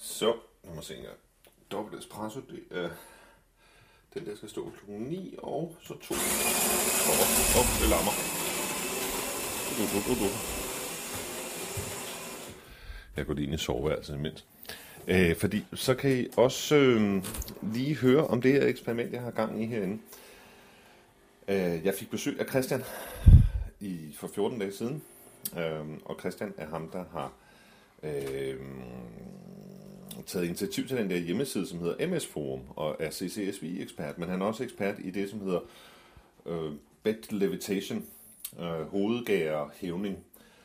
Så, lad mig se engang. Dobbelt espresso, det er den der skal stå kl. 9 og så 2. Det lammer. Jeg går lige ind i soveværelset imens. Fordi så kan I også lige høre om det her eksperiment, jeg har gang i herinde. Jeg fik besøg af Christian for 14 dage siden. Og Christian er ham, der har taget initiativ til den der hjemmeside, som hedder MS Forum, og er CCSVI-ekspert, men han er også ekspert i det, som hedder bed levitation, hovedgære hævning.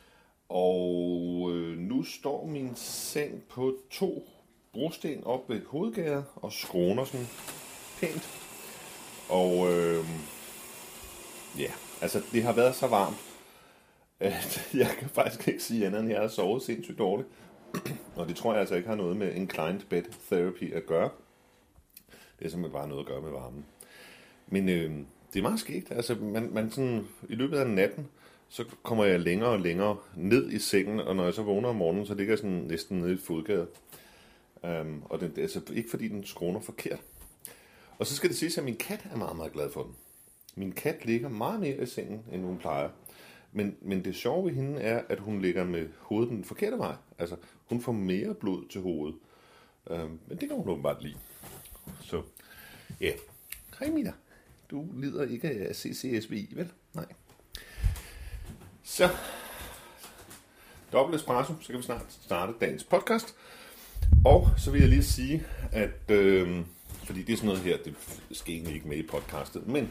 Og nu står min seng på 2 brosten op ved hovedgæret og skråner sådan pænt. Og altså det har været så varmt, at jeg kan faktisk ikke sige andet, end jeg har sovet sindssygt dårligt. Og det tror jeg altså ikke har noget med inclined bed therapy at gøre. Det er simpelthen bare noget at gøre med varmen. Men det er meget skægt. Altså man sådan, i løbet af natten, så kommer jeg længere og længere ned i sengen, og når jeg så vågner om morgenen, så ligger jeg sådan næsten nede i fodgade. Og det er altså ikke fordi den skråner forkert. Og så skal det siges, at min kat er meget, meget glad for den. Min kat ligger meget mere i sengen, end hun plejer. Men det sjove ved hende er, at hun ligger med hovedet den forkerte vej. Altså, hun får mere blod til hovedet. Men det kan hun åbenbart lide. Så, ja. Hej Mina. Du lider ikke af CCSVI, vel? Nej. Så, dobbelt espresso, så kan vi snart starte dagens podcast. Og så vil jeg lige sige, at fordi det er sådan noget her, det skal egentlig ikke med i podcastet, men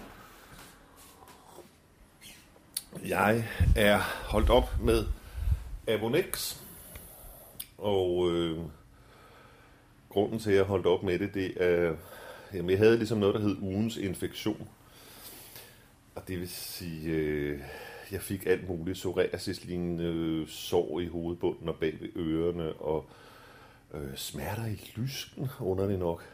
jeg er holdt op med Avonex, og grunden til, at jeg holdt op med det er, jamen jeg havde ligesom noget, der hed ugens infektion. Og det vil sige, jeg fik alt muligt psoriasislignende sår i hovedbunden og bag ved ørerne, og smerter i lysken, underligt nok.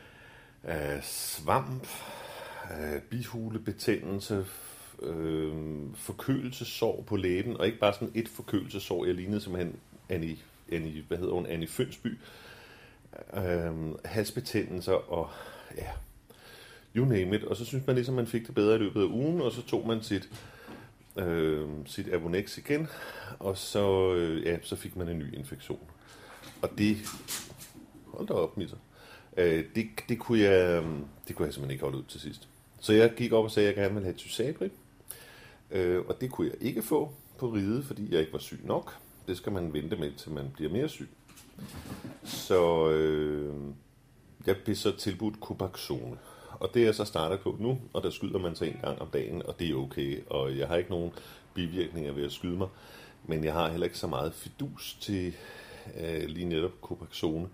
Svamp, bihulebetændelse, forkølelsessår på læben, og ikke bare sådan et forkølelsessår. Jeg lignede simpelthen Annie Fønsby. Halsbetændelser og ja, you name it. Og så synes man ligesom, man fik det bedre i løbet af ugen, og så tog man sit Avonex igen, og så fik man en ny infektion. Og det, hold da op, Missa. Det kunne jeg simpelthen ikke holde ud til sidst. Så jeg gik op og sagde, at jeg gerne ville have Tysabri. Og det kunne jeg ikke få på ride, fordi jeg ikke var syg nok. Det skal man vente med, til man bliver mere syg. Så jeg blev så tilbudt Copaxone. Og det er jeg så startet på nu, og der skyder man sig en gang om dagen, og det er okay. Og jeg har ikke nogen bivirkninger ved at skyde mig, men jeg har heller ikke så meget fidus til lige netop Copaxone.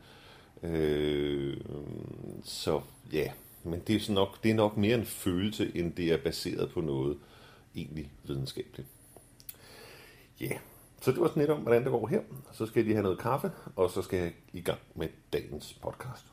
Så ja, men det er nok mere en følelse, end det er baseret på noget egentlig videnskabeligt. Ja, så det var sådan lidt om, hvordan det går her. Så skal jeg lige have noget kaffe, og så skal jeg i gang med dagens podcast.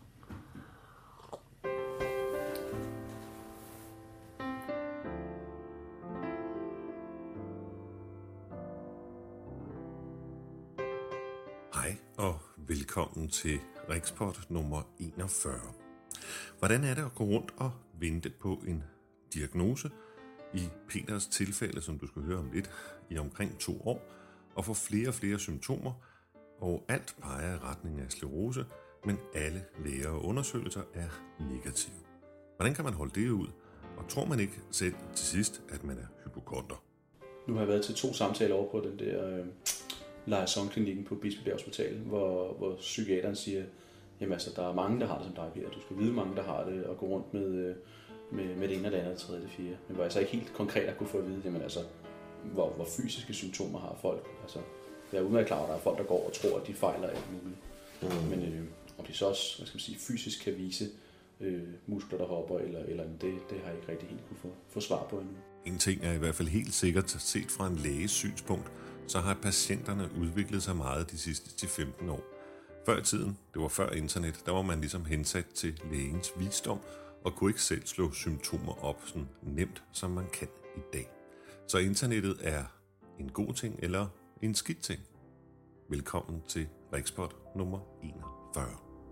Hej og velkommen til Rikspot nummer 41. Hvordan er det at gå rundt og vente på en diagnose? I Peters tilfælde, som du skal høre om lidt, i omkring 2 år, og få flere og flere symptomer, og alt peger i retning af sklerose, men alle læger og undersøgelser er negative. Hvordan kan man holde det ud? Og tror man ikke selv til sidst, at man er hypokonder? Nu har jeg været til 2 samtaler over på den der liaison-klinikken på Bispebjerg Hospital, hvor psykiateren siger, jamen altså, der er mange, der har det som dig, Peter. Du skal vide mange, der har det, og gå rundt med det ene og det andet, det tredje, det fjerde. Men hvor jeg så ikke helt konkret at kunne få at vide, jamen altså, hvor fysiske symptomer har folk. Altså, jeg er udmærket klar over, at der er folk, der går og tror, at de fejler alt muligt. Men om de så også, hvad skal man sige, fysisk kan vise muskler, der hopper, eller det har jeg ikke rigtig helt kunne få svar på endnu. En ting er i hvert fald helt sikkert, set fra en læges synspunkt, så har patienterne udviklet sig meget de sidste 10-15 år. Før i tiden, det var før internet, der var man ligesom hensat til lægens visdom, og kunne ikke selv slå symptomer op sådan nemt, som man kan i dag. Så internettet er en god ting eller en skidt ting. Velkommen til Brixpot nummer 41.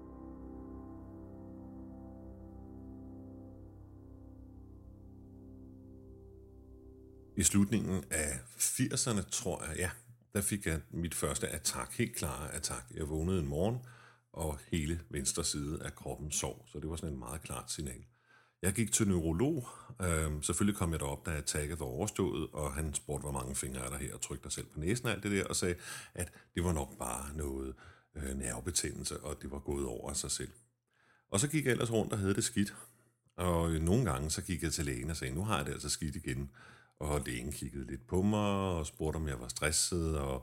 I slutningen af 80'erne, tror jeg, ja, der fik jeg mit første attack, helt klare attack. Jeg vågnede en morgen, og hele venstre side af kroppen sov, så det var sådan en meget klart signal. Jeg gik til neurolog. Selvfølgelig kom jeg derop, da attacket var overstået, og han spurgte, hvor mange fingre er der her, og trykte dig selv på næsen og alt det der, og sagde, at det var nok bare noget nervebetændelse, og det var gået over af sig selv. Og så gik jeg ellers rundt og havde det skidt, og nogle gange så gik jeg til lægen og sagde, nu har jeg det altså skidt igen, og lægen kiggede lidt på mig og spurgte, om jeg var stresset, og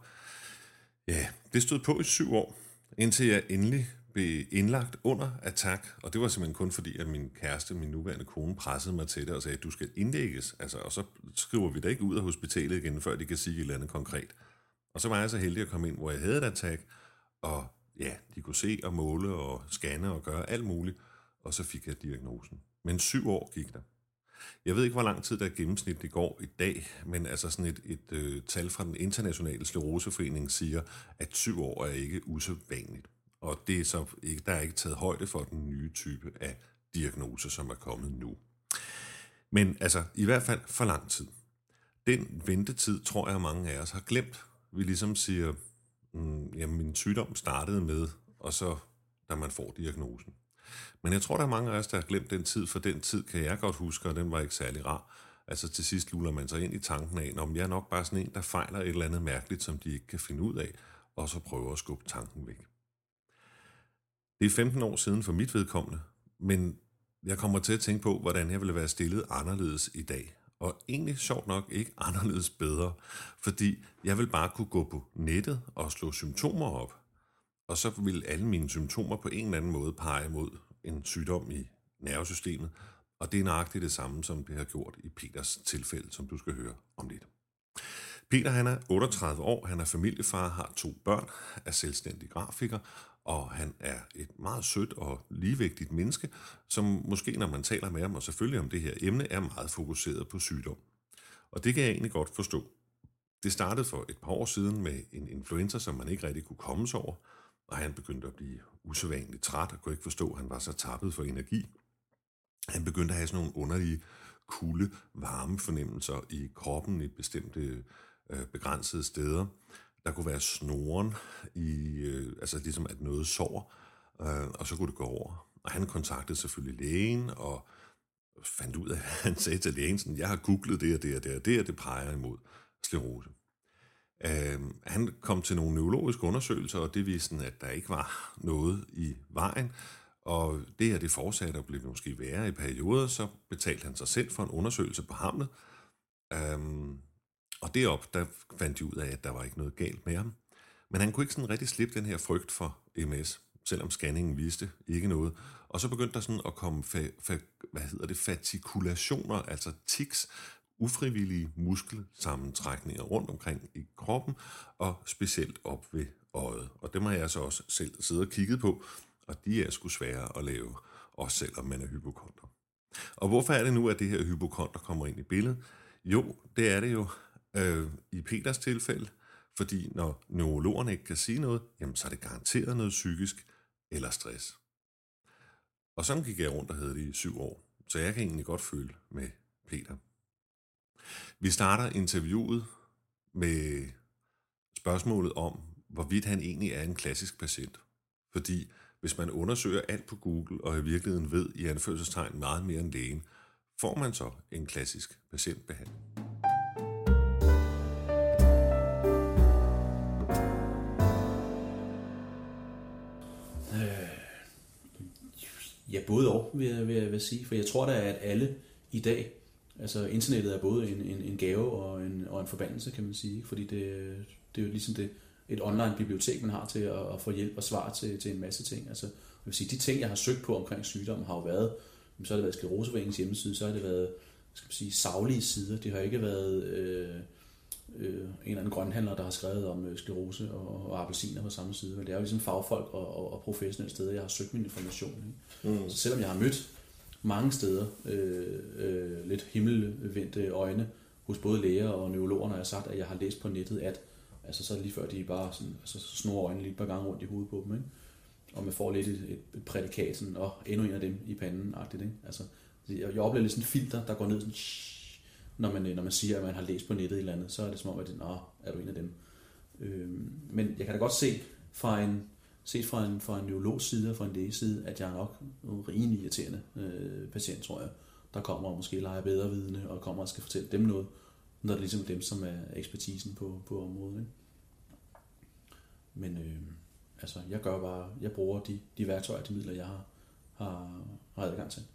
ja, det stod på i 7 år, indtil jeg endelig blev indlagt under attack, og det var simpelthen kun fordi, at min kæreste, min nuværende kone, pressede mig til det og sagde, at du skal indlægges, altså, og så skriver vi da ikke ud af hospitalet igen, før de kan sige et eller andet konkret. Og så var jeg så heldig at komme ind, hvor jeg havde et attack, og ja, de kunne se og måle og scanne og gøre alt muligt, og så fik jeg diagnosen. Men 7 år gik der. Jeg ved ikke, hvor lang tid der gennemsnitligt går i dag, men altså sådan et tal fra den internationale skleroseforening siger, at 7 år er ikke usædvanligt. Og det er så ikke, der er ikke taget højde for den nye type af diagnose, som er kommet nu. Men altså, i hvert fald for lang tid. Den ventetid, tror jeg, mange af os har glemt. Vi ligesom siger, jamen min sygdom startede med, og så da man får diagnosen. Men jeg tror, der er mange af os, der har glemt den tid, for den tid kan jeg godt huske, og den var ikke særlig rar. Altså til sidst luller man sig ind i tanken af, om jeg er nok bare sådan en, der fejler et eller andet mærkeligt, som de ikke kan finde ud af, og så prøver at skubbe tanken væk. Det er 15 år siden for mit vedkommende, men jeg kommer til at tænke på, hvordan jeg ville være stillet anderledes i dag. Og egentlig sjovt nok ikke anderledes bedre, fordi jeg vil bare kunne gå på nettet og slå symptomer op, og så vil alle mine symptomer på en eller anden måde pege mod en sygdom i nervesystemet, og det er nøjagtigt det samme, som det har gjort i Peters tilfælde, som du skal høre om lidt. Peter, han er 38 år, han er familiefar, har 2 børn, er selvstændig grafiker, og han er et meget sødt og ligevægtigt menneske, som måske, når man taler med ham, og selvfølgelig om det her emne, er meget fokuseret på sygdom. Og det kan jeg egentlig godt forstå. Det startede for et par år siden med en influenza, som man ikke rigtig kunne komme sig over, og han begyndte at blive usædvanligt træt og kunne ikke forstå, at han var så tappet for energi. Han begyndte at have sådan nogle underlige kulde, varme fornemmelser i kroppen i bestemte begrænsede steder. Der kunne være snoren, altså ligesom at noget sover, og så kunne det gå over. Og han kontaktede selvfølgelig lægen og fandt ud af, at han sagde til lægen, sådan, jeg har googlet det og det og det og det, og det peger imod sklerose. Han kom til nogle neurologiske undersøgelser, og det viste, at der ikke var noget i vejen, og det her det fortsatte og blev måske værre i perioder, så betalte han sig selv for en undersøgelse på Hamlet, og derop der fandt de ud af, at der var ikke noget galt med ham. Men han kunne ikke sådan rigtig slippe den her frygt for MS, selvom scanningen viste ikke noget. Og så begyndte der sådan at komme fatikulationer, altså tics, ufrivillige muskelsammentrækninger rundt omkring i kroppen, og specielt op ved øjet. Og dem har jeg så også selv siddet og kigget på, og de er sgu svære at lave, også selvom man er hypokonder. Og hvorfor er det nu, at det her hypokonder kommer ind i billedet? Jo, det er det jo i Peters tilfælde, fordi når neurologerne ikke kan sige noget, jamen så er det garanteret noget psykisk eller stress. Og sådan gik jeg rundt og havde det i 7 år, så jeg kan egentlig godt føle med Peter. Vi starter interviewet med spørgsmålet om, hvorvidt han egentlig er en klassisk patient. Fordi hvis man undersøger alt på Google, og i virkeligheden ved i anførselstegn meget mere end lægen, får man så en klassisk patientbehandling. Ja, både og, vil jeg sige. For jeg tror da, at alle i dag, altså internettet er både en gave og en forbandelse, kan man sige. Fordi det er jo ligesom et online bibliotek, man har til at få hjælp og svar til en masse ting. Altså, jeg vil sige, de ting, jeg har søgt på omkring sygdommen, har jo været, så har det været Skleroseforeningens hjemmeside, så har det været, skal man sige, saglige sider. Det har ikke været en eller anden grønhandler, der har skrevet om sklerose og appelsiner på samme side. Men det er jo ligesom fagfolk og professionelle steder, jeg har søgt min information. Ikke? Så selvom jeg har mødt mange steder lidt himmelvendte øjne hos både læger og neurologer, når jeg har sagt, at jeg har læst på nettet, Altså så lige før de bare sådan, altså, snor øjnene lige et par gange rundt i hovedet på dem, ikke? Og man får lidt et prædikat, sådan, endnu en af dem i panden-agtigt, ikke? Altså, jeg oplever lidt sådan en filter, der går ned sådan, når man siger, at man har læst på nettet et eller andet, så er det som om, at er du en af dem. Men jeg kan da godt se fra en neurologs side og fra en læges side, at jeg er nok en rimelig irriterende patient, tror jeg, der kommer og måske leger bedre vidne, og kommer og skal fortælle dem noget, når det er ligesom dem, som er ekspertisen på området. Ikke? Men altså, jeg bruger de værktøjer, de midler, jeg har adgang til.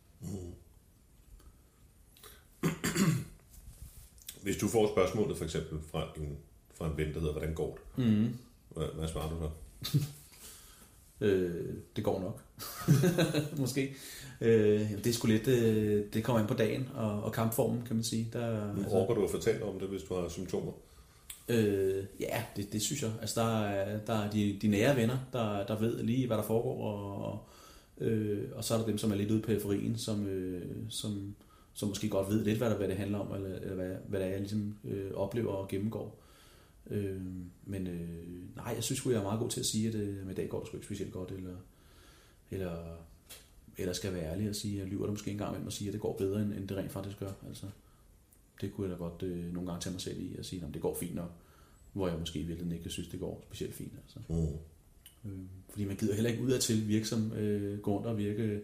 Hvis du får spørgsmålet for eksempel fra en ven, der hedder, hvordan går det? Hvad svarer du så? Det går nok. Måske. Det er sgu lidt, det kommer ind på dagen og kampformen, kan man sige. Orker du at fortælle om det, hvis du har symptomer? Ja, det synes jeg. Altså, der er de nære venner, der ved lige, hvad der foregår, og så er der dem, som er lidt ude i periferien, som måske godt ved lidt, hvad det handler om, eller hvad det er, jeg ligesom oplever og gennemgår. Men nej, jeg synes jeg er meget god til at sige, at med i dag går det sgu ikke specielt godt, eller skal være ærlig og sige, at jeg lyver der måske engang med at sige, at det går bedre, end det rent faktisk gør. Altså, det kunne jeg da godt nogle gange tage mig selv i og sige, at det går fint nok, hvor jeg måske i virkeligheden ikke synes, det går specielt fint. Altså. Fordi man gider heller ikke udadtil virke som gå rundt og virke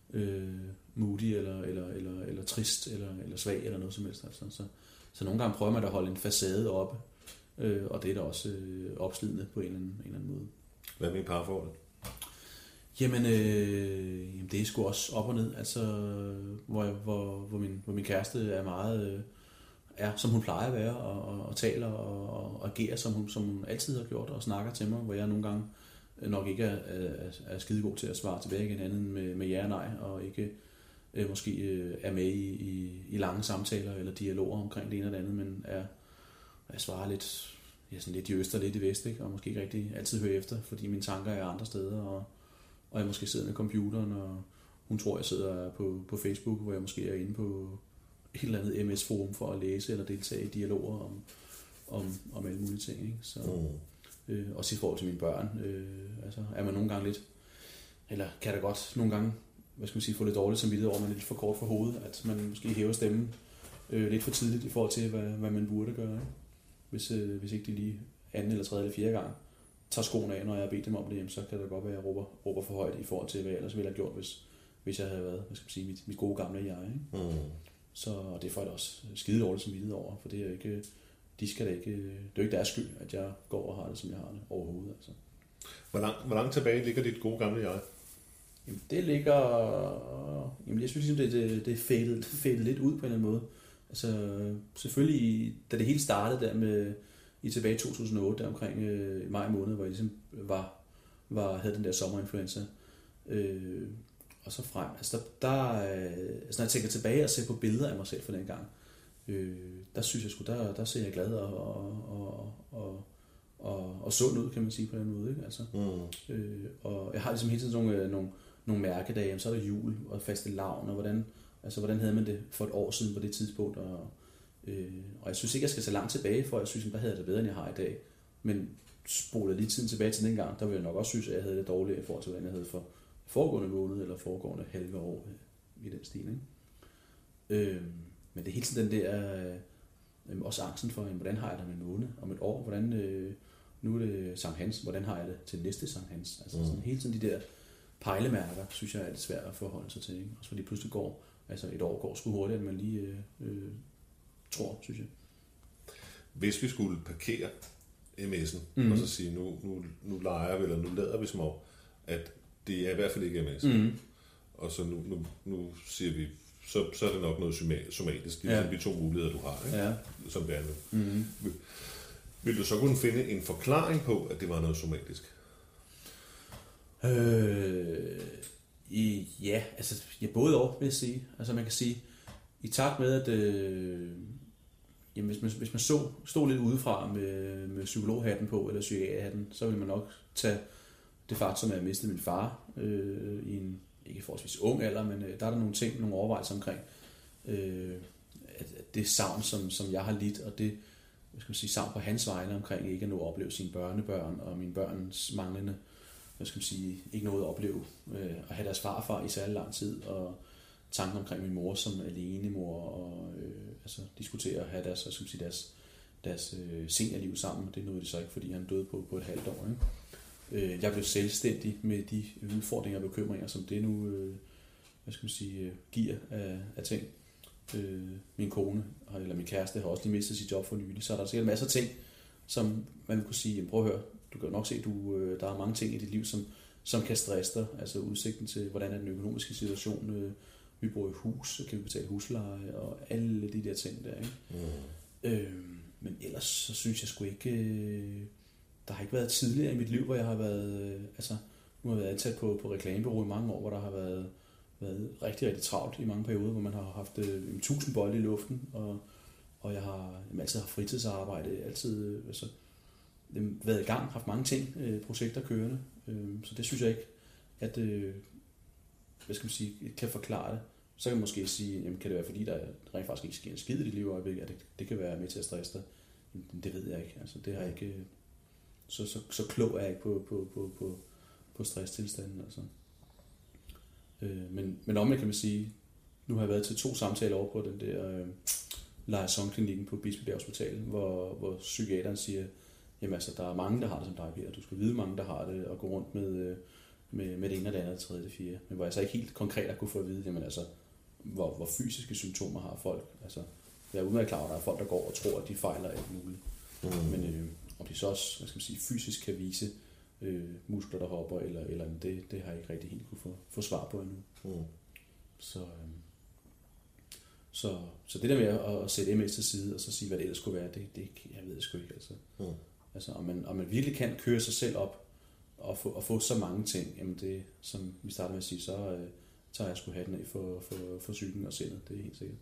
moody eller trist eller svag eller noget som helst. Altså. Så nogle gange prøver man at holde en facade oppe, og det er da også opslidende på en eller anden måde. Hvad med parforholdet? Jamen, det er sgu også op og ned, altså, hvor min kæreste er meget, som hun plejer at være, og taler og agerer, som hun altid har gjort, og snakker til mig, hvor jeg nogle gange nok ikke er skide god til at svare tilbage igen andet med ja og nej, og ikke måske er med i lange samtaler eller dialoger omkring det ene og det andet, men jeg svarer lidt, sådan lidt i øst og lidt i vest, ikke? Og måske ikke rigtig altid hører efter, fordi mine tanker er andre steder, og jeg måske sidder med computeren, og hun tror, jeg sidder på Facebook, hvor jeg måske er inde på et eller andet MS-forum for at læse eller deltage i dialoger om alle mulige ting. Ikke? Så, også i forhold til mine børn, altså er man nogle gange lidt, eller kan der godt nogle gange, få lidt dårligt samvittighed over, man er lidt for kort for hovedet, at man måske hæver stemmen lidt for tidligt i forhold til, hvad man burde gøre. Ikke? Hvis ikke de lige anden eller tredje eller fjerde gang tager skoene af, når jeg har bedt dem om det, så kan det godt være, at jeg råber for højt i forhold til, hvad jeg ellers ville have gjort, hvis jeg havde været, mit gode gamle jeg. Ikke? Så det får jeg også skide dårligt samvittighed over, for det er ikke, det er jo ikke deres skyld, at jeg går og har det, som jeg har det overhovedet. Altså. Hvor langt tilbage ligger dit gode gamle jeg? Jamen, det ligger, jeg synes det er fadet lidt ud på en eller anden måde. Altså, selvfølgelig, da det hele startede der med, tilbage i 2008, der omkring maj måned, hvor jeg ligesom havde den der sommerinfluenza, og så frem. Altså, når jeg tænker tilbage og ser på billeder af mig selv fra den gang, der synes jeg sgu, der ser jeg glad og sund ud, kan man sige på den måde. Ikke? Altså, og jeg har ligesom hele tiden nogle mærkedage, så er der jul og fastelavn, og hvordan havde man det for et år siden på det tidspunkt, og jeg synes ikke, jeg skal så langt tilbage, for jeg synes, der havde det bedre, end jeg har i dag. Men spoler lige tiden tilbage til den gang, der ville jeg nok også synes, at jeg havde det dårligere i forhold til, hvordan jeg havde for foregående måned, eller foregående halve år i den stil. Ikke? Men det er hele tiden den der, også angsten for, hvordan har jeg det om en måned, om et år, hvordan, nu er det Sankt Hans, hvordan har jeg det til næste Sankt Hans? Altså sådan hele tiden de der pejlemærker, synes jeg er lidt svært at forholde sig til. Ikke? Også fordi pludselig går, altså et år går sgu hurtigere, end man lige tror, synes jeg. Hvis vi skulle parkere MS'en, og så sige, nu leger vi, eller nu lader vi som om, at det er i hvert fald ikke MS. Og så nu siger vi, så er det nok noget somatisk. Det er de to muligheder, du har, ikke? Ja. Som det er nu. Vil du så kunne finde en forklaring på, at det var noget somatisk? Ja, altså både og, vil jeg sige. Altså man kan sige, i takt med, at hvis man stod lidt udefra med psykologhatten på, eller psykiaterhatten, så ville man nok tage det faktum, at jeg mistede min far i en ikke forholdsvis ung alder, men der er der nogle ting, nogle overvejelser omkring, at det savn, som jeg har lidt, og hvad skal man sige, savn på hans vegne omkring ikke at nå at opleve sine børnebørn, og mine børns manglende, hvad skal man sige, ikke noget at opleve, at have deres farfar i særlig lang tid, og tanken omkring min mor som alenemor, og altså diskutere at have deres, hvad skal man sige, deres seniorliv sammen. Det nåede det så ikke, fordi han døde på et halvt år. Ikke? Jeg blev selvstændig med de udfordringer og bekymringer, som det nu hvad skal man sige, giver af ting. Min kone, eller min kæreste, har også lige mistet sit job for nylig, så er der sikkert masser af ting, som man vil kunne sige, jamen prøv at høre, du kan nok se, der er mange ting i dit liv, som kan stresse dig, altså udsigten til, hvordan er den økonomiske situation, vi bor i hus, så kan vi betale husleje, og alle de der ting der, ikke? Men ellers så synes jeg sgu ikke, der har ikke været tidligere i mit liv, hvor jeg har været, altså nu har jeg været ansat på reklamebureau i mange år, hvor der har været rigtig, rigtig travlt i mange perioder, hvor man har haft 1000 bolde i luften, og jeg har altid haft fritidsarbejde, altid altså, været i gang, haft mange ting, projekter kørende, så det synes jeg ikke, at hvad skal man sige, kan forklare det. Så kan man måske sige, jamen, kan det være fordi, der rent faktisk ikke sker en skid i dit liv i øjeblikket, at det kan være med til at stresse dig? Jamen, det ved jeg ikke. Altså, det har jeg ikke, så klog er jeg ikke på stresstilstanden. Altså. Men omvendt kan man sige, nu har jeg været til 2 samtaler over på den der liaison-klinikken på Bispebjerg Hospital, hvor psykiateren siger, jamen altså, der er mange, der har det som dig, Peter. Du skal vide mange, der har det, og gå rundt med det ene og det andet, det tredje, det fjerde. Men hvor jeg så ikke helt konkret har kunne få at vide, jamen altså, hvor fysiske symptomer har folk. Altså, jeg er udmærket klar over, at der er folk, der går og tror, at de fejler alt muligt. Men om de så også, hvad skal man sige, fysisk kan vise muskler, der hopper, eller det har jeg ikke rigtig helt kunne få svar på endnu. Så det der med at sætte MS til side, og så sige, hvad det ellers skulle være, det jeg ved sgu ikke. Altså. Altså, om man virkelig kan køre sig selv op, og få så mange ting, jamen det, som vi starter med at sige, så tager jeg sgu hatten af for psyken og sindet, det er helt sikkert.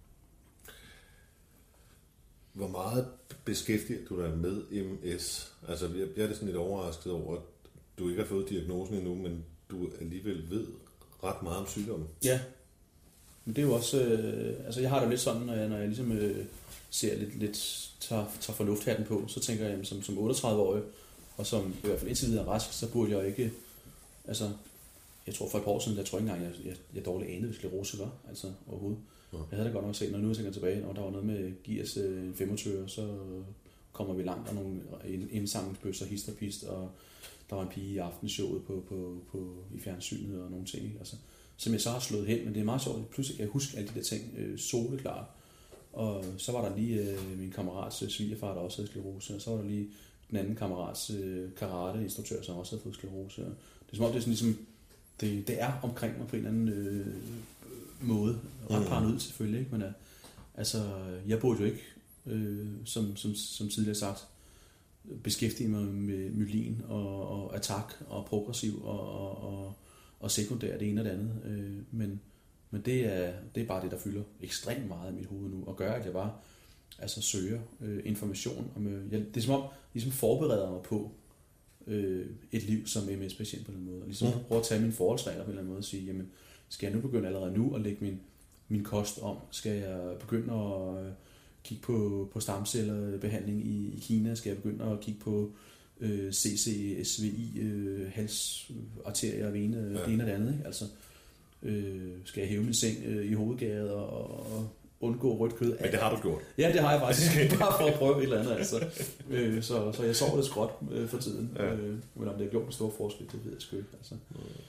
Hvor meget beskæftiger du dig med MS? Altså, jeg er sådan lidt overrasket over, at du ikke har fået diagnosen endnu, men du alligevel ved ret meget om sygdommen. Ja, men det er jo også, altså jeg har det lidt sådan, når jeg ligesom ser lidt tager fornufthatten på, så tænker jeg, jamen, som 38-årig, og som i hvert fald indtil videre rask, så burde jeg ikke, altså, jeg tror for et par år siden, jeg tror ikke engang, jeg dårligt anede, hvad sklerose var, altså overhovedet. Jeg havde det godt nok set, når nu jeg tænker tilbage, når der var noget med giv os 25, så kommer vi langt, og nogle indsamlingsbøsser, hist og pist, og der var en pige i aftenshowet i fjernsynet og nogle ting, ikke? Altså, som jeg så har slået hen, men det er meget sjovt, pludselig kan jeg huske alle de der ting soleklart. Og så var der lige min kammerats svigerfar, der også havde sklerose, og så var der lige den anden kammerats karate-instruktør, som også havde fået sklerose. Det er som om, det er sådan ligesom, det er omkring mig på en eller anden måde. Ret paranoid selvfølgelig, ikke? Men altså, jeg burde jo ikke, som tidligere sagt, beskæftige mig med myelin og attack og progressiv og sekundær det ene og det andet. Men det er bare det, der fylder ekstremt meget i mit hoved nu, og gør, at jeg bare søger information. Det er som om, ligesom forbereder mig på et liv som MS-patient på den måde. Og ligesom prøver at tage mine forholdsregler på en eller anden måde og sige, jamen, skal jeg nu begynde allerede nu at lægge min kost om? Skal jeg begynde at kigge på stamcellerbehandling i Kina? Skal jeg begynde at kigge på CCSVI, halsarterier og vene, det ene og det andet, ikke? Altså, skal jeg hæve min seng i hovedgæret og undgå rødt kød? Men det har du gjort. Ja, det har jeg faktisk. Bare for at prøve et eller andet. Altså. Så jeg sover lidt skråt for tiden. Men om det har gjort en stor forskel, det ved jeg sgu ikke. Altså.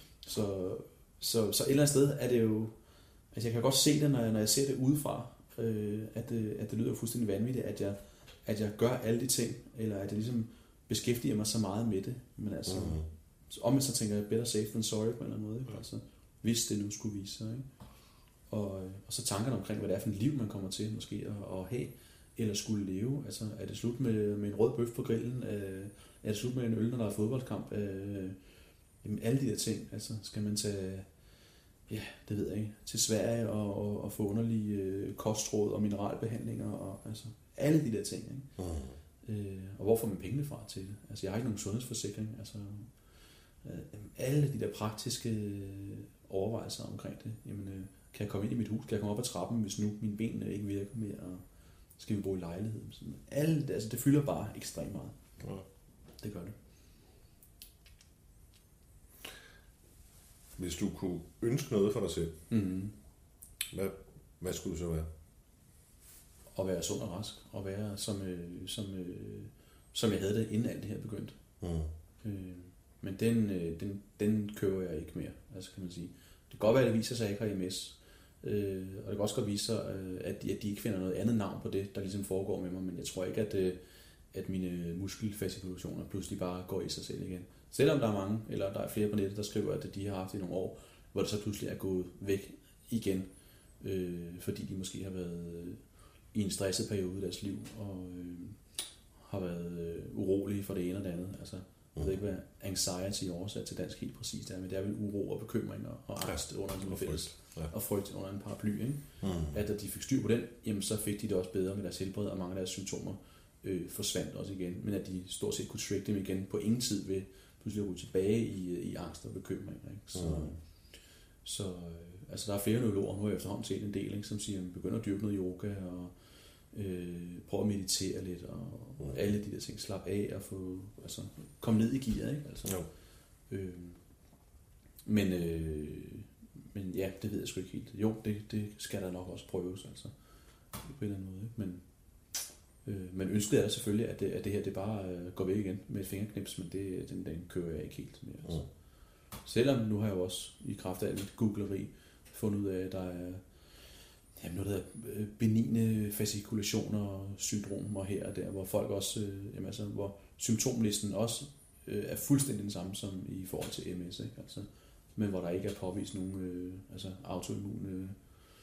Så et eller andet sted er det jo... Altså jeg kan godt se det, når jeg ser det udefra, at det lyder fuldstændig vanvittigt, at jeg gør alle de ting, eller at jeg ligesom beskæftiger mig så meget med det. Men altså... Omvendt så tænker jeg, better safe than sorry på en eller anden måde. Ikke? Altså, hvis det nu skulle vise sig. Ikke? Og så tankerne omkring, hvad det er for et liv, man kommer til måske at have, eller skulle leve. Altså, er det slut med en rød bøf på grillen? Er det slut med en øl, når der er fodboldkamp? Jamen, alle de der ting. Altså, skal man tage, ja, det ved jeg ikke, til Sverige og få underlige kostråd og mineralbehandlinger, og altså, alle de der ting. Ikke? Og hvor får man pengene fra til det? Altså, jeg har ikke nogen sundhedsforsikring. Altså, alle de der praktiske overvejelser omkring det. Jamen, kan jeg komme ind i mit hus? Kan jeg komme op ad trappen, hvis nu mine ben ikke virker mere? Skal vi bo i lejlighed? Altså det fylder bare ekstremt meget. Ja. Det gør det. Hvis du kunne ønske noget for dig selv, hvad skulle det så være? At være sund og rask, og være som jeg havde det, inden alt det her begyndte. Men den køber jeg ikke mere, altså kan man sige. Det kan godt være, at det viser sig, at jeg ikke har MS, og det kan også godt vise sig, at de ikke finder noget andet navn på det, der ligesom foregår med mig, men jeg tror ikke, at mine muskelfascikulationer pludselig bare går i sig selv igen. Selvom der er mange, eller der er flere på nettet, der skriver, at de har haft det i nogle år, hvor det så pludselig er gået væk igen, fordi de måske har været i en stresset periode i deres liv, og har været urolige for det ene og det andet. Altså, jeg ved ikke, hvad anxiety oversat til dansk helt præcist er, men det er vel uro og bekymringer og angst under en fælles, og frygt under en paraply. Ikke? At da de fik styr på den, jamen, så fik de det også bedre med deres helbred, og mange af deres symptomer forsvandt også igen, men at de stort set kunne trick dem igen på ingen tid ved pludselig at gå tilbage i angst og bekymring. Ikke? Så altså, der er flere neurologer, nu har jeg efterhånden set en del, ikke, som siger, at man begynder at dyrke noget yoga, og prøve at meditere lidt, og alle de der ting, slappe af og få, altså, komme ned i gear, ikke? Altså, men ja, det ved jeg sgu ikke helt. Jo, det skal der nok også prøves, altså, på en eller anden måde, ikke? Men ønsket er der selvfølgelig, at det her det bare går væk igen med et fingerknips, men den kører jeg ikke helt mere. Altså. Selvom nu har jeg jo også i kraft af mit googleri fundet ud af, at der er noget, der hedder benigne fascikulationer og syndromer her og der, hvor folk også, altså, hvor symptomlisten også er fuldstændig den samme som i forhold til MS, ikke? Altså, men hvor der ikke er påvist nogen autoimmune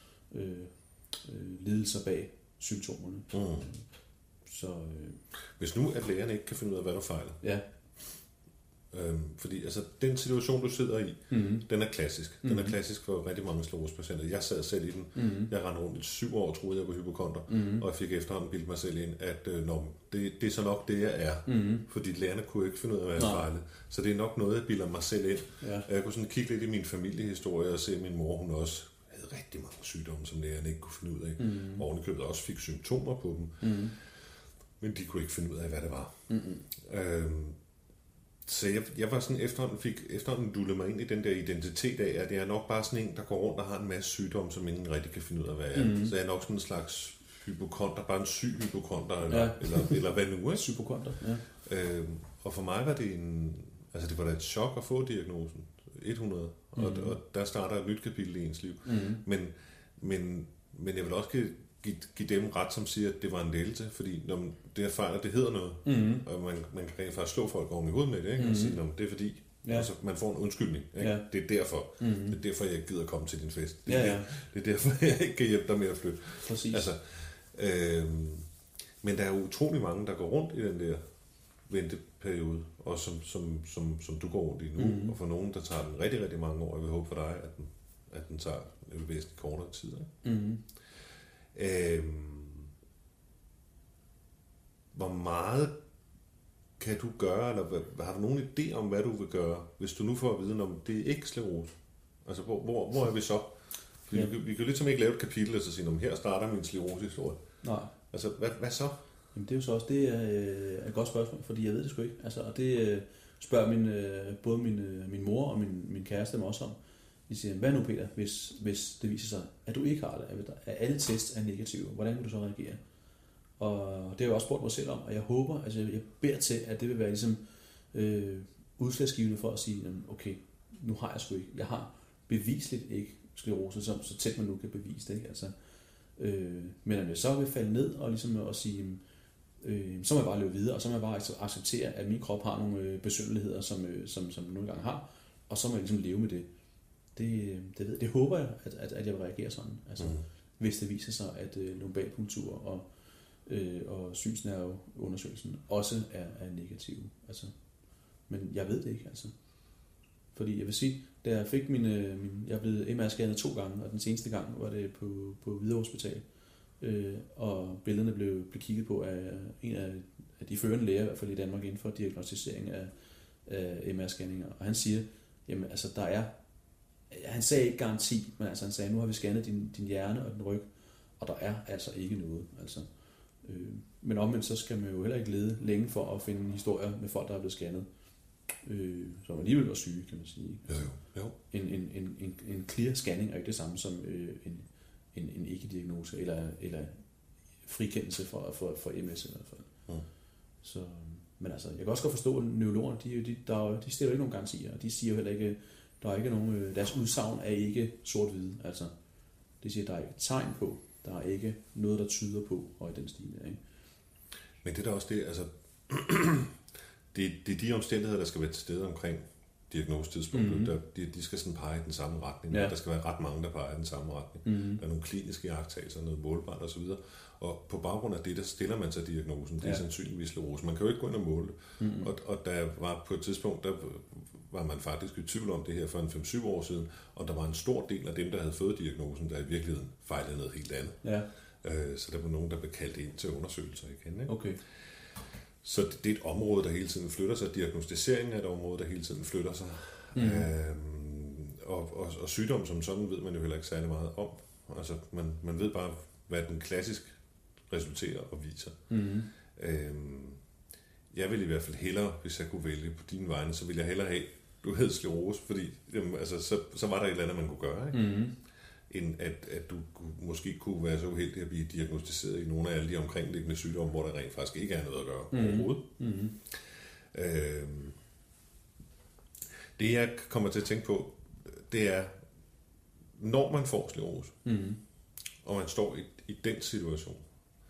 lidelser bag symptomerne. Så, hvis nu at lægerne ikke kan finde ud af, hvad du fejler, ja. Fordi altså, den situation, du sidder i, den er klassisk. Den er klassisk for rigtig mange sklerosepatienter. Jeg sad selv i den. Jeg rendte rundt i 7 år og troede, jeg var hypokonder, og jeg fik efterhånden bildt mig selv ind, at det er så nok det, jeg er. Fordi lærerne kunne ikke finde ud af, hvad jeg fejlede. Så det er nok noget, jeg bilder mig selv ind. Ja. Jeg kunne sådan kigge lidt i min familiehistorie og se, at min mor, hun også havde rigtig mange sygdomme, som lærerne ikke kunne finde ud af. Og ovenikøbet også fik symptomer på dem. Men de kunne ikke finde ud af, hvad det var. Så jeg var sådan efterhånden dullet mig ind i den der identitet af, at jeg er nok bare sådan en, der går rundt og har en masse sygdomme, som ingen rigtig kan finde ud af, hvad er. Så jeg er nok sådan en slags hypokonter, bare en syg hypokonter, eller hvad nu, ikke? Hypokonter, ja. Og for mig var det det var da et chok at få diagnosen. 100. Og der starter et nyt kapitel i ens liv. Men jeg vil også give dem ret, som siger, at det var en lettelse, fordi når det her fejl, det hedder noget, og man kan rent faktisk slå folk oven i hovedet med det, ikke? Og sige, det er fordi, altså, man får en undskyldning. Ikke? Ja. Det er derfor. Det er derfor, jeg ikke gider komme til din fest. Det er derfor, jeg ikke kan hjælpe dig med at flytte. Præcis. Altså, men der er utrolig mange, der går rundt i den der venteperiode, og som du går rundt i nu, og for nogen, der tager den rigtig, rigtig mange år. Jeg vil håbe for dig, at den tager en væsentligt kortere tid. Hvor meget kan du gøre, eller har du nogen idé om, hvad du vil gøre, hvis du nu får at vide, om det er ikke sklerose? Altså, hvor er vi så? Vi kan jo ligesom ikke lave et kapitel, og så sige, her starter min sklerosehistorie. Nej. Altså, hvad så? Jamen, det er jo så også det er et godt spørgsmål, fordi jeg ved det sgu ikke. Altså, og det spørger både min mor og min kæreste mig også om. De siger, hvad nu Peter, hvis det viser sig, at du ikke har det, at alle tests er negative, hvordan vil du så reagere? Og det har jeg også spurgt mig selv om, og jeg håber, altså jeg beder til, at det vil være ligesom udslagsgivende for at sige, okay, nu har jeg sgu ikke, jeg har bevisligt ikke sklerose, så tæt man nu kan bevise det, ikke? Altså, men at jeg så vil falde ned og ligesom at sige, så må jeg bare løbe videre, og så må jeg bare acceptere, at min krop har nogle besynderligheder, som den nogle gange har, og så må jeg ligesom leve med det. Det håber jeg, at jeg vil reagere sådan. Altså, hvis det viser sig, at lumbalpunktur og synsnerveundersøgelsen også er negative. Altså, men jeg ved det ikke. Altså. Fordi jeg vil sige, da jeg fik jeg er blevet MR-scannet 2 gange, og den seneste gang var det på Hvidovre Hospital. Og billederne blev kigget på af en af de førende læger, i hvert fald i Danmark, inden for diagnostisering af MR-scanninger. Og han siger, jamen altså han sagde ikke garanti, men altså han sagde, nu har vi scannet din hjerne og din ryg, og der er altså ikke noget. Altså. Men omvendt så skal man jo heller ikke lede længe for at finde historier med folk, der er blevet scannet, som alligevel var syge, kan man sige. Jo. En clear scanning er ikke det samme som en ikke-diagnose eller frikendelse for MS i hvert fald. Mm. Så, men altså, jeg kan også godt forstå, at neurologerne, de stiller ikke nogen garantier, og de siger jo heller ikke, der er ikke nogen, deres udsagn er ikke sort-hvide, altså, det siger, der er ikke tegn på, der er ikke noget, der tyder på, og i den stil der, ikke? Men det er da også det, altså, det er de omstændigheder, der skal være til stede omkring diagnosetidspunktet, de skal sådan pege i den samme retning. Ja. Der skal være ret mange, der peger i den samme retning. Der er nogle kliniske iagttagelser, noget målbart osv. Og på baggrund af det, der stiller man sig diagnosen. Det er sandsynligvis sklerose. Man kan jo ikke gå ind og måle det. Og der var på et tidspunkt, der var man faktisk i tvivl om det her for en 5-7 år siden, og der var en stor del af dem, der havde fået diagnosen, der i virkeligheden fejlede noget helt andet. Ja. Så der var nogen, der blev kaldt ind til undersøgelser igen. Ikke? Okay. Så det er et område, der hele tiden flytter sig. Diagnostiseringen er et område, der hele tiden flytter sig. Og sygdom som sådan ved man jo heller ikke særlig meget om. Altså, man ved bare, hvad den klassisk resulterer og viser. Jeg vil i hvert fald hellere, hvis jeg kunne vælge på dine vegne, så ville jeg hellere have, du havde sklerose, fordi altså, så var der et eller andet, man kunne gøre, ikke? End at du måske kunne være så uheldig at blive diagnostiseret i nogle af alle de omkringliggende sygdomme, hvor der rent faktisk ikke er noget at gøre overhovedet. Det jeg kommer til at tænke på, det er, når man får sklerose, og man står i den situation,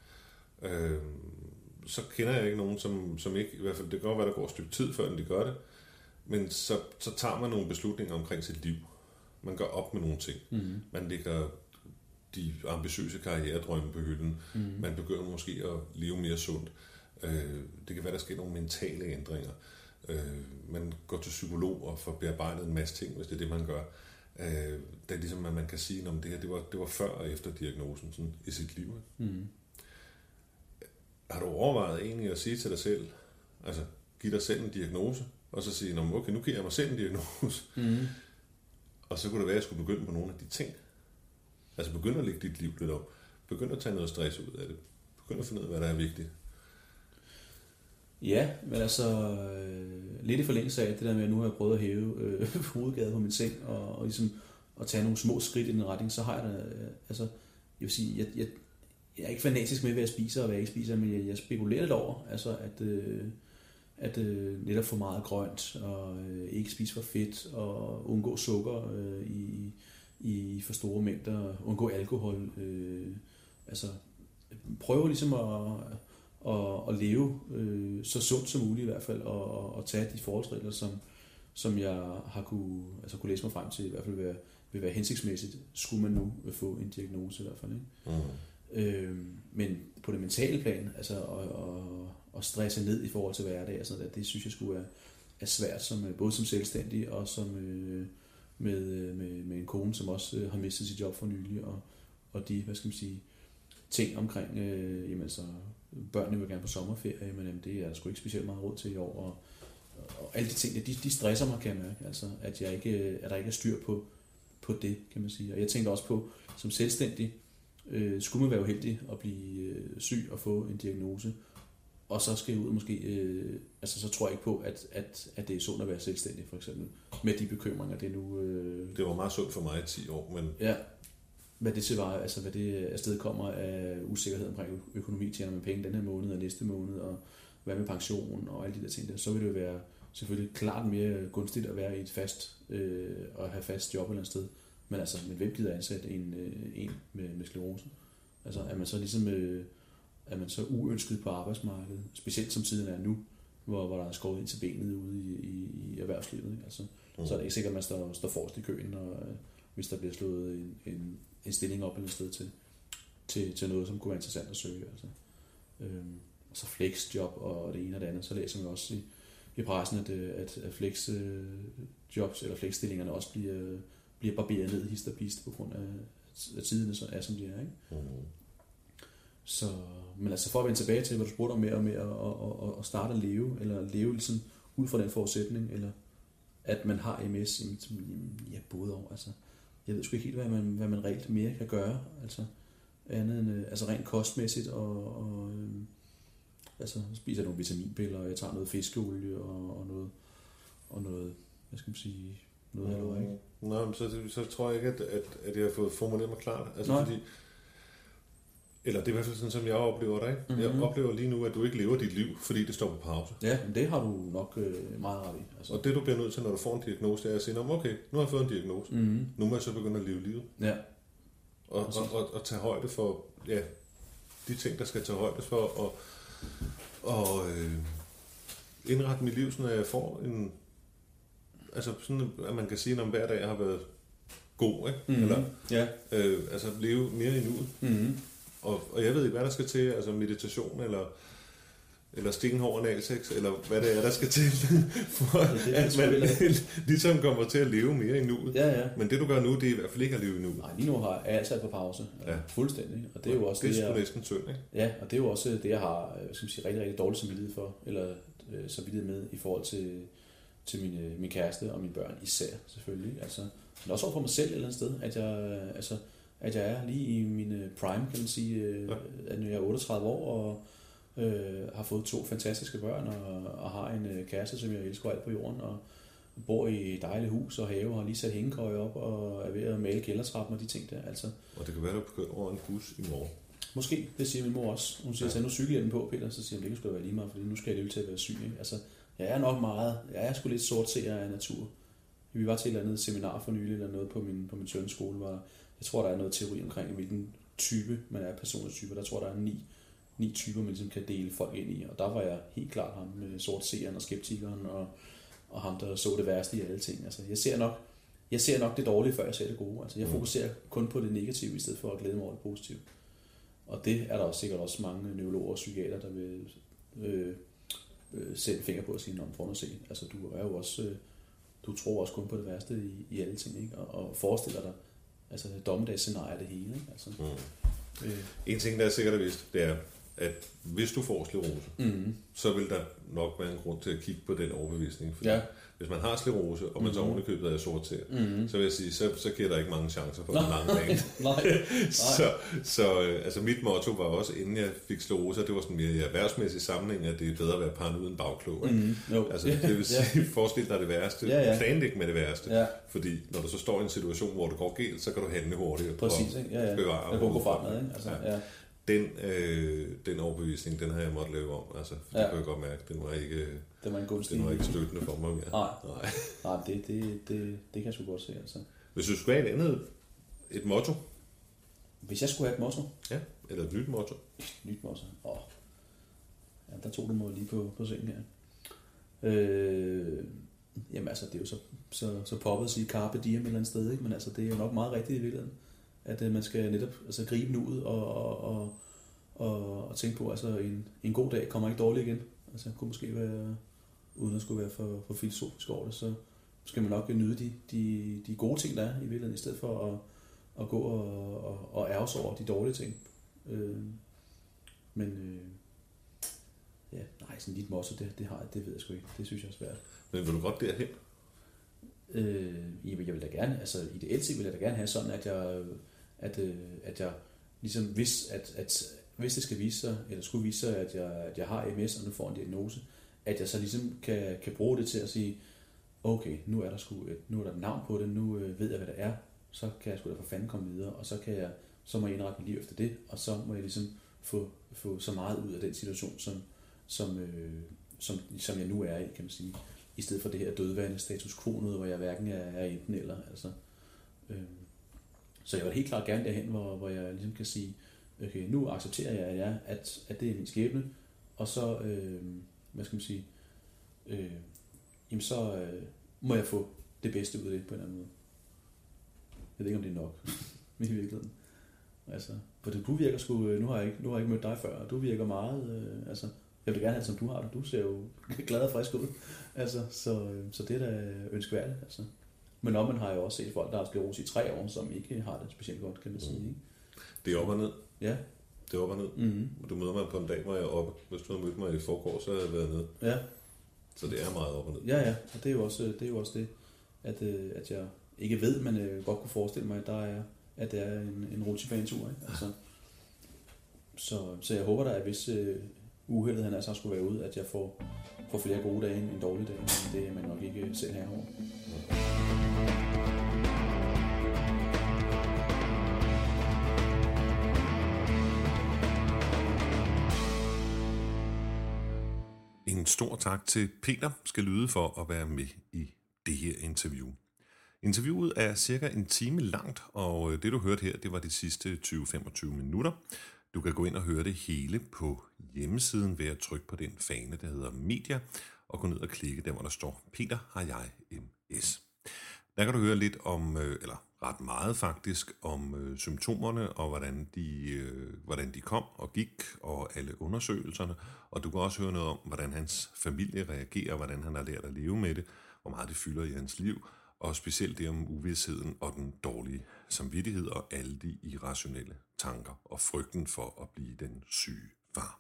så kender jeg ikke nogen, som ikke, i hvert fald det kan godt være, der går et stykke tid, før de gør det, men så tager man nogle beslutninger omkring sit liv. Man gør op med nogle ting. Man lægger de ambitiøse karrieredrømme på hylden. Man begynder måske at leve mere sundt. Det kan være, der sker nogle mentale ændringer. Man går til psykolog og får bearbejdet en masse ting, hvis det er det, man gør. Det er ligesom, at man kan sige, at det her det var før og efter diagnosen sådan, i sit liv. Har du overvejet egentlig at sige til dig selv, altså give dig selv en diagnose, og så sige, okay, nu giver jeg mig selv en diagnose. Og så kunne det være, at jeg skulle begynde på nogle af de ting. Altså begynde at lægge dit liv lidt op. Begynde at tage noget stress ud af det. Begynde at finde ud af, hvad der er vigtigt. Ja, men altså lidt i forlængelse af det der med, at nu har jeg prøvet at hæve hovedgaden på min seng, og ligesom at tage nogle små skridt i den retning, så har jeg da, altså, jeg vil sige, jeg er ikke fanatisk med, hvad jeg spiser og hvad jeg ikke spiser, men jeg spekulerer lidt over, altså at netop få meget grønt, og ikke spise for fedt, og undgå sukker i for store mængder, undgå alkohol, altså prøve ligesom at leve så sundt som muligt i hvert fald, og tage de forholdsregler, som jeg har kunne læse mig frem til, i hvert fald vil være hensigtsmæssigt, skulle man nu få en diagnose i hvert fald. Ikke? Men på det mentale plan, altså at stresse ned i forhold til hverdag, altså, det synes jeg skulle er svært, både som selvstændig og som med en kone, som også har mistet sit job for nylig, og de, hvad skal man sige, ting omkring, jamen altså, børnene vil gerne på sommerferie, men jamen, det er der sgu ikke specielt meget råd til i år, og alle de ting, de stresser mig, kan jeg mærke, altså, at der ikke er styr på det, kan man sige. Og jeg tænker også på, som selvstændig, skulle man være uheldig at blive syg og få en diagnose, og så skal jeg ud måske, altså så tror jeg ikke på, at det er sundt at være selvstændig, for eksempel, med de bekymringer, det nu... Det var meget sundt for mig i 10 år, men... Ja, hvad det afsted kommer af usikkerhed omkring økonomi, tjener man penge den her måned og næste måned, og hvad med pension og alle de der ting der, så vil det jo være selvfølgelig klart mere gunstigt at være i et fast, og have fast job eller et sted. Men altså, hvem gider ansætte en med sklerose? Altså, er man så ligesom, er man så uønsket på arbejdsmarkedet, specielt som tiden er nu, hvor der er skåret ind til benet ude i erhvervslivet, ikke? Altså, så er det ikke sikkert, at man står forrest i køen, og hvis der bliver slået en stilling op eller et sted til noget, som kunne være interessant at søge. Altså. Så flexjob og det ene og det andet, så læser man også i pressen, at flexjobs eller flexstillingerne også bliver barberet ned hist og pist på grund af tiderne, så er som de er. Ikke? Så, men altså for at vende tilbage til, hvad du spurgte om med at starte at leve, eller leve ligesom ud fra den forudsætning, eller at man har MS, ja, både over, altså. Jeg ved sgu ikke helt, hvad man reelt mere kan gøre. Altså, andet end altså rent kostmæssigt, og altså spiser nogle vitaminpiller, og jeg tager noget fiskeolie og noget, hvad skal man sige, noget halvår, ikke? Nå, men så tror jeg ikke, at jeg har fået formuleret mig klart. Altså fordi, eller det er i hvert fald sådan, som jeg oplever det, ikke? Mm-hmm. Jeg oplever lige nu, at du ikke lever dit liv, fordi det står på pause. Ja, men det har du nok meget ret i. Altså. Og det du bliver nødt til, når du får en diagnose, det er at sige, okay, nu har jeg fået en diagnose. Mm-hmm. Nu må jeg så begynde at leve livet. Ja. Og tage højde for, ja, de ting, der skal tage højde for, og indrette mit liv, sådan at jeg får en, altså sådan, at man kan sige, at hver dag har været god, ikke? Mm-hmm. Eller, ja. Altså leve mere i nuet. Mm-hmm. Og jeg ved ikke, hvad der skal til, altså meditation, eller stenhår analsex, eller hvad det er, der skal til, for at man ligesom kommer til at leve mere i nuet. Ja, ja. Men det, du gør nu, det er i hvert fald ikke at leve i nuet. Nej, lige nu har jeg altid på pause. Ja. Fuldstændig. Og det er jo også det, er næsten synd, ikke? Ja, og det er jo også det, jeg har skal man sige, rigtig, rigtig dårlig samvittighed for, eller samvittighed med i forhold til min kæreste og mine børn især, selvfølgelig. Altså, men også over for mig selv et eller andet sted, at jeg er lige i min prime, kan man sige, at jeg er 38 år, og har fået 2 fantastiske børn, og har en kæreste, som jeg elsker alt på jorden, og bor i et dejligt hus og have, og har lige sat hængekøje op, og er ved at male kældertrappen og de ting der. Altså. Og det kan være, at du begynder over en bus i morgen. Måske, det siger min mor også. Hun siger, at nu cykelhjelmen på, Peter, så siger hun, det kan sgu da være lige meget, fordi nu skal jeg leve til at være syg. Ikke? Altså, jeg er nok meget, jeg er sgu lidt sortseer af natur. Vi var til et eller andet seminar for nylig, eller noget på min søns skole, hvor jeg tror, der er noget teori omkring, hvilken type man er, personstyper. Der tror der er 9 typer, man ligesom kan dele folk ind i, og der var jeg helt klart ham med sortseeren og skeptikeren, og ham, der så det værste i alle ting. Altså, jeg ser nok det dårlige, før jeg ser det gode. Altså, jeg fokuserer kun på det negative, i stedet for at glæde mig over det positive. Og det er der også sikkert også mange neurologer og psykiater, der vil sætte finger på at sige, for at se. Altså, du er jo også, du tror også kun på det værste i alle ting, ikke? Og forestiller dig, altså dommedagsscenarie af det hele, ikke? Altså, en ting, der er sikkert vist, det er, at hvis du får sklerose, så vil der nok være en grund til at kigge på den overbevisning. Fordi hvis man har sklerose, og man så ovenikøbet er sortseer, så vil jeg sige, så giver der ikke mange chancer for en lang bane. Så altså mit motto var også, inden jeg fik sklerose, det var sådan mere i erhvervsmæssig sammenhæng, at det er bedre at være paranoid end bagklog. Altså det vil sige, forestil dig det værste, planlæg med det værste. Fordi når du så står i en situation, hvor det går galt, så kan du handle hurtigt. Præcis, ikke? Bevare. Det går fremad, ikke? Altså, Den overbevisning, den har jeg måttet lave om. Altså, det kan jeg godt mærke, den var ikke støttende for mig mere. Nej, det kan jeg sgu godt se. Altså. Hvis du skulle have et motto? Hvis jeg skulle have et motto? Ja, eller et nyt motto. Et nyt motto? Ja, der tog du mig lige på sengen her. Jamen altså, det er jo så poppet at sige carpe diem et eller andet sted, ikke? Men altså, det er jo nok meget rigtigt i virkeligheden. At man skal netop altså, gribe den ud og tænke på, altså en god dag kommer ikke dårligt igen. Altså kunne måske være, uden at skulle være for filosofisk over det, så skal man nok nyde de gode ting, der er i virkeligheden, i stedet for at gå og ærge sig over de dårlige ting. Sådan lidt motto, det ved jeg sgu ikke. Det synes jeg er svært. Men vil du godt derhen? Jeg vil da gerne, altså ideelt set vil jeg da gerne have sådan, at jeg ligesom hvis det skal vise sig, eller skulle vise sig, at jeg har MS, og nu får en diagnose, at jeg så ligesom kan bruge det til at sige, okay, nu er der et navn på det, nu ved jeg, hvad det er, så kan jeg sgu da for fanden komme videre, og så må jeg indrette mit liv efter det, og så må jeg ligesom få så meget ud af den situation, som jeg nu er i, kan man sige, i stedet for det her dødvande status quo, hvor jeg hverken er enten eller, altså. Så jeg vil helt klart gerne derhen, hvor jeg ligesom kan sige, okay, nu accepterer jeg, at det er min skæbne, og så, hvad skal man sige, jamen så må jeg få det bedste ud af det på en eller anden måde. Jeg ved ikke, om det er nok, i virkeligheden. Altså, for du virker sgu, nu har jeg ikke mødt dig før, og du virker meget, altså, jeg vil gerne have det, som du har det. Du ser jo glad og frisk ud. Altså, så det er da ønskværdigt. Altså. Men når man har jo også set folk, der har sklerose i 3 år, som ikke har det specielt godt, kan man sige. Ikke? Det er op og ned. Ja. Det er op og ned. Mm-hmm. Du møder mig på en dag, hvor jeg er oppe. Hvis du har mødt mig i forgårs, så har jeg været nede. Ja. Så det er meget op og ned. Ja, og det er jo også det, at jeg ikke ved, men godt kunne forestille mig, at det er en rutsjebanetur. Ikke? Altså, Så jeg håber da, at hvis uheldet han altså skulle være ude, at jeg får flere gode dage end dårlige dage, men det er man nok ikke selv herover. En stor tak til Peter skal lyde for at være med i det her interview. Interviewet er cirka en time langt, og det du hørte her, det var de sidste 20-25 minutter. Du kan gå ind og høre det hele på hjemmesiden ved at trykke på den fane, der hedder Media, og gå ned og klikke der, hvor der står Peter har jeg MS. Der kan du høre lidt om, eller ret meget faktisk, om symptomerne og hvordan de kom og gik, og alle undersøgelserne. Og du kan også høre noget om, hvordan hans familie reagerer, hvordan han har lært at leve med det, hvor meget det fylder i hans liv, og specielt det om uvidsheden og den dårlige samvittighed og alle de irrationelle tanker og frygten for at blive den syge far.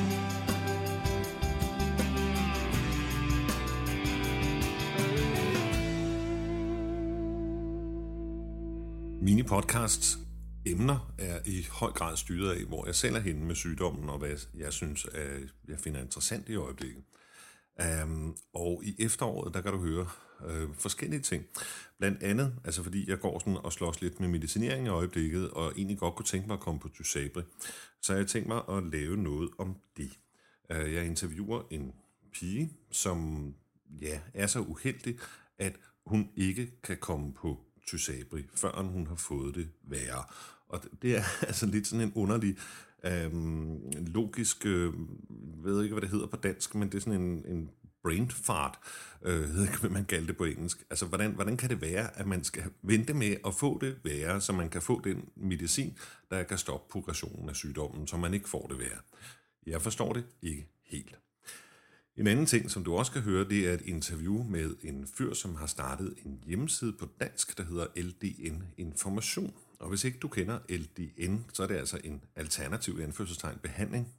Mine podcasts emner er i høj grad styret af, hvor jeg selv er henne med sygdommen, og hvad jeg synes, jeg finder interessant i øjeblikket. Og i efteråret, der kan du høre forskellige ting. Blandt andet, altså fordi jeg går sådan og slås lidt med medicinering i øjeblikket, og egentlig godt kunne tænke mig at komme på Tysabri, så jeg tænkt mig at lave noget om det. Jeg interviewer en pige, som er så uheldig, at hun ikke kan komme på Tysabri, før hun har fået det værre. Og det er altså lidt sådan en underlig, logisk, ved ikke, hvad det hedder på dansk, men det er sådan en brain fart, hedder ikke, hvad man kalder det på engelsk. Altså, hvordan kan det være, at man skal vente med at få det værre, så man kan få den medicin, der kan stoppe progressionen af sygdommen, så man ikke får det værre? Jeg forstår det ikke helt. En anden ting, som du også kan høre, det er et interview med en fyr, som har startet en hjemmeside på dansk, der hedder LDN Information. Og hvis ikke du kender LDN, så er det altså en alternativ behandling.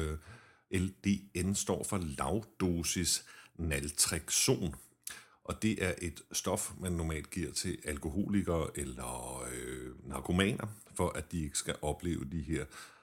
LDN står for lavdosis naltrexon, og det er et stof, man normalt giver til alkoholikere eller narkomaner, for at de ikke skal opleve de her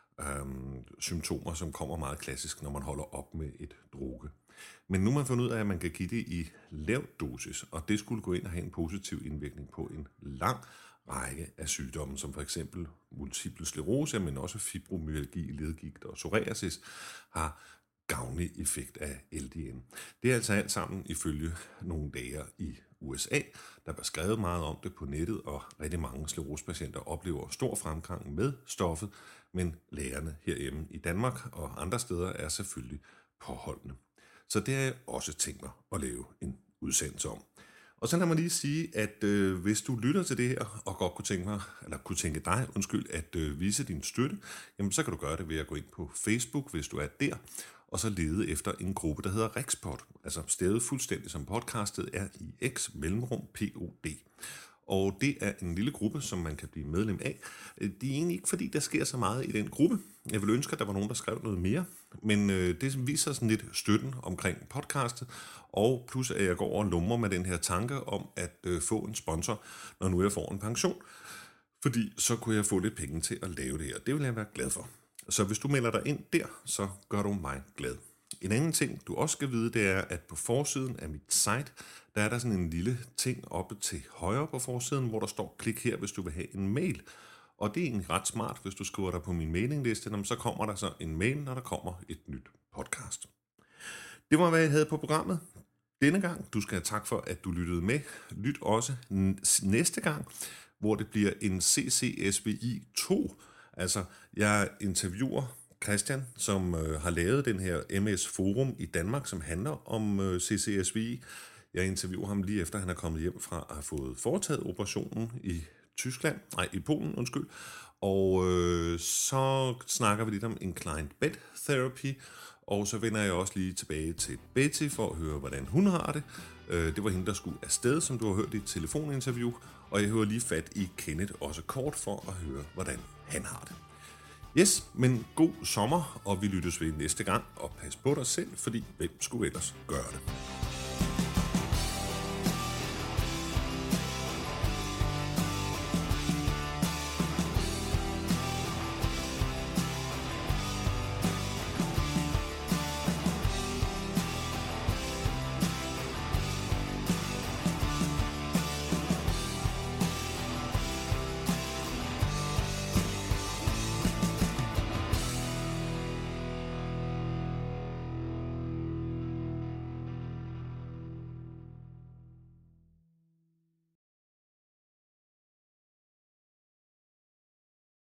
symptomer, som kommer meget klassisk, når man holder op med et droge. Men nu har man fundet ud af, at man kan give det i lav dosis, og det skulle gå ind og have en positiv indvirkning på en lang række af sygdomme, som for eksempel multiple sklerose, men også fibromyalgi, ledgigt og psoriasis, har gavnlig effekt af LDN. Det er altså alt sammen ifølge nogle læger i USA. Der bliver skrevet meget om det på nettet, og rigtig mange sklerosepatienter oplever stor fremgang med stoffet, men lægerne herhjemme i Danmark og andre steder er selvfølgelig påholdende. Så det har jeg også tænkt mig at lave en udsendelse om. Og så lad mig lige sige, at hvis du lytter til det her, og godt kunne tænke dig at vise din støtte, jamen så kan du gøre det ved at gå ind på Facebook, hvis du er der, og så lede efter en gruppe, der hedder Rexpod. Altså stedet fuldstændig som podcastet er i X-POD. Og det er en lille gruppe, som man kan blive medlem af. Det er egentlig ikke, fordi der sker så meget i den gruppe. Jeg ville ønske, at der var nogen, der skrev noget mere. Men det viser sådan lidt støtten omkring podcastet. Og plus, at jeg går over og lumrer med den her tanke om at få en sponsor, når nu jeg får en pension. Fordi så kunne jeg få lidt penge til at lave det her. Det vil jeg være glad for. Så hvis du melder dig ind der, så gør du mig glad. En anden ting, du også skal vide, det er, at på forsiden af mit site, der er der sådan en lille ting oppe til højre på forsiden, hvor der står, klik her, hvis du vil have en mail. Og det er egentlig ret smart, hvis du skriver dig på min mailingliste, så kommer der så en mail, når der kommer et nyt podcast. Det var, hvad jeg havde på programmet denne gang. Du skal have tak for, at du lyttede med. Lyt også næste gang, hvor det bliver en CCSVI 2. Altså, jeg interviewer Christian, som har lavet den her MS-forum i Danmark, som handler om CCSVI. Jeg interviewer ham lige efter, han er kommet hjem fra at have fået foretaget operationen i Polen. Og så snakker vi lidt om inclined bed therapy, og så vender jeg også lige tilbage til Betty for at høre, hvordan hun har det. Det var hende, der skulle afsted, som du har hørt i et telefoninterview, og jeg hører lige fat i Kenneth også kort for at høre, hvordan han har det. Yes, men god sommer, og vi lyttes ved næste gang, og pas på dig selv, fordi hvem skulle ellers gøre det?